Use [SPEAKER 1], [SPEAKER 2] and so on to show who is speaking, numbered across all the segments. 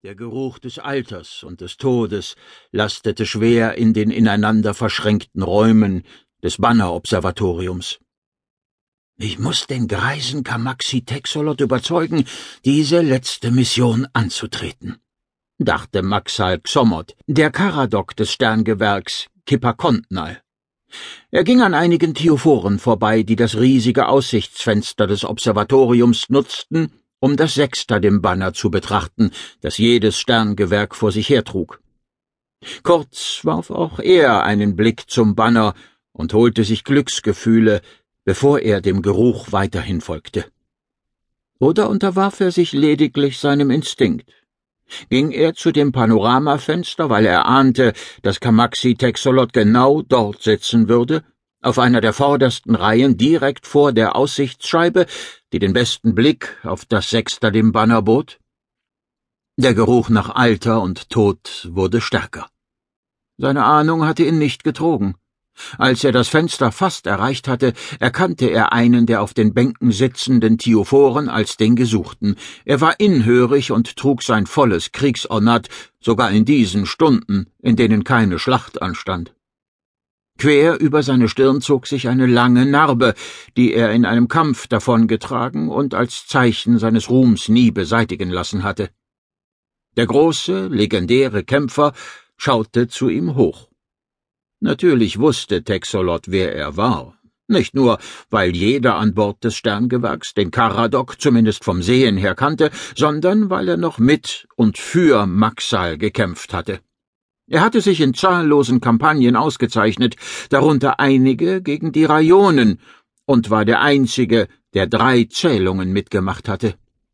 [SPEAKER 1] Der Geruch des Alters und des Todes lastete schwer in den ineinander verschränkten Räumen des Banner-Observatoriums. »Ich muss den greisen Camaxi Texolot überzeugen, diese letzte Mission anzutreten«, dachte Maxal Xomot, der Karadok des Sterngewerks Kippakontnal. Er ging an einigen Thiophoren vorbei, die das riesige Aussichtsfenster des Observatoriums nutzten, um das Sextadim-Banner zu betrachten, das jedes Sterngewerk vor sich hertrug. Kurz warf auch er einen Blick zum Banner und holte sich Glücksgefühle, bevor er dem Geruch weiterhin folgte. Oder unterwarf er sich lediglich seinem Instinkt? Ging er zu dem Panoramafenster, weil er ahnte, dass Camaxi Texolot genau dort sitzen würde, auf einer der vordersten Reihen direkt vor der Aussichtsscheibe, die den besten Blick auf das Sextadim-Banner bot? Der Geruch nach Alter und Tod wurde stärker. Seine Ahnung hatte ihn nicht getrogen. Als er das Fenster fast erreicht hatte, erkannte er einen der auf den Bänken sitzenden Thiophoren als den Gesuchten. Er war inhörig und trug sein volles Kriegsornat, sogar in diesen Stunden, in denen keine Schlacht anstand. Quer über seine Stirn zog sich eine lange Narbe, die er in einem Kampf davongetragen und als Zeichen seines Ruhms nie beseitigen lassen hatte. Der große, legendäre Kämpfer schaute zu ihm hoch. Natürlich wusste Texolot, wer er war. Nicht nur, weil jeder an Bord des Sterngewerks den Karadok zumindest vom Sehen her kannte, sondern weil er noch mit und für Maxal gekämpft hatte. Er hatte sich in zahllosen Kampagnen ausgezeichnet, darunter einige gegen die Rajonen, und war der Einzige, der 3 Zählungen mitgemacht hatte.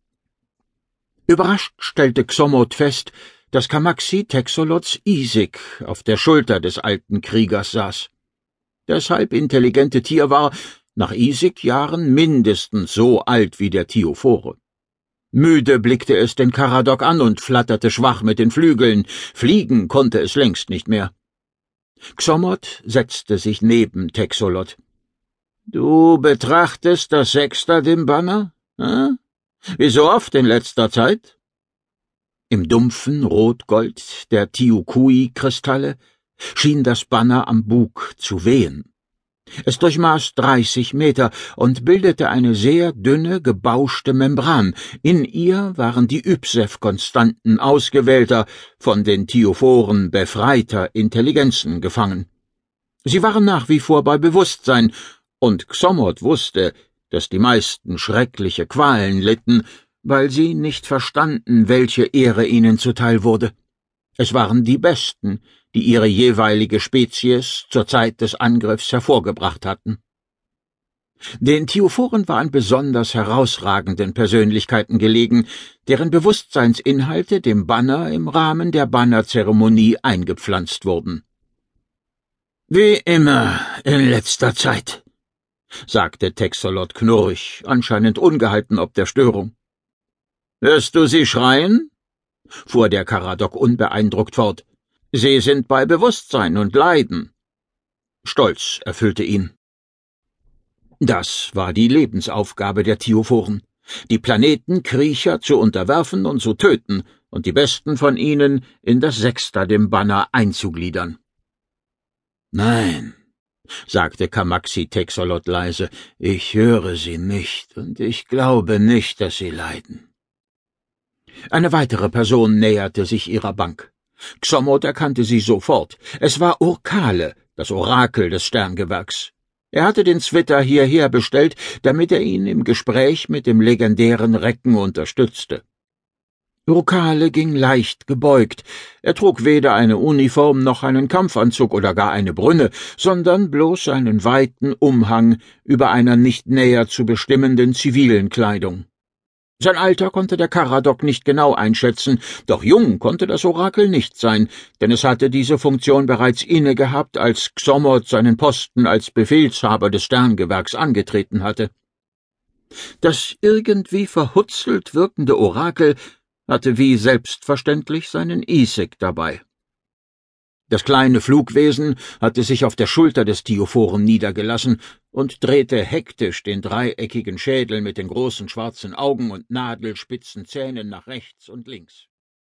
[SPEAKER 1] Überrascht stellte Xomot fest, dass Camaxi Texolots Isik auf der Schulter des alten Kriegers saß. Das halbintelligente Tier war, nach Isik-Jahren, mindestens so alt wie der Thiophore. Müde blickte es den Karadok an und flatterte schwach mit den Flügeln. Fliegen konnte es längst nicht mehr. Xomot setzte sich neben Texolot. »Du betrachtest das Sextadim-Banner? Wie so oft in letzter Zeit?« Im dumpfen Rotgold der Tiukui-Kristalle schien das Banner am Bug zu wehen. Es durchmaß 30 Meter und bildete eine sehr dünne, gebauschte Membran. In ihr waren die Ypsef-Konstanten ausgewählter, von den Thiophoren befreiter Intelligenzen gefangen. Sie waren nach wie vor bei Bewusstsein, und Xomot wusste, dass die meisten schreckliche Qualen litten, weil sie nicht verstanden, welche Ehre ihnen zuteil wurde. Es waren die Besten, die ihre jeweilige Spezies zur Zeit des Angriffs hervorgebracht hatten. Den Thiophoren war an besonders herausragenden Persönlichkeiten gelegen, deren Bewusstseinsinhalte dem Banner im Rahmen der Bannerzeremonie eingepflanzt wurden. »Wie immer in letzter Zeit«, sagte Texolot knurrig, anscheinend ungehalten ob der Störung. »Hörst du sie schreien?« fuhr der Karadok unbeeindruckt fort. »Sie sind bei Bewusstsein und leiden.« Stolz erfüllte ihn. Das war die Lebensaufgabe der Thiophoren, die Planetenkriecher zu unterwerfen und zu töten und die besten von ihnen in das Sextadim-Banner einzugliedern. »Nein«, sagte Camaxi Texolot leise, »ich höre sie nicht, und ich glaube nicht, dass sie leiden.« Eine weitere Person näherte sich ihrer Bank. Xomot erkannte sie sofort. Es war Urkale, das Orakel des Sterngewerks. Er hatte den Zwitter hierher bestellt, damit er ihn im Gespräch mit dem legendären Recken unterstützte. Urkale ging leicht gebeugt. Er trug weder eine Uniform noch einen Kampfanzug oder gar eine Brünne, sondern bloß einen weiten Umhang über einer nicht näher zu bestimmenden zivilen Kleidung. Sein Alter konnte der Karadok nicht genau einschätzen, doch jung konnte das Orakel nicht sein, denn es hatte diese Funktion bereits inne gehabt, als Xomot seinen Posten als Befehlshaber des Sterngewerks angetreten hatte. Das irgendwie verhutzelt wirkende Orakel hatte wie selbstverständlich seinen Isik dabei. Das kleine Flugwesen hatte sich auf der Schulter des Thiophoren niedergelassen und drehte hektisch den dreieckigen Schädel mit den großen schwarzen Augen und nadelspitzen Zähnen nach rechts und links.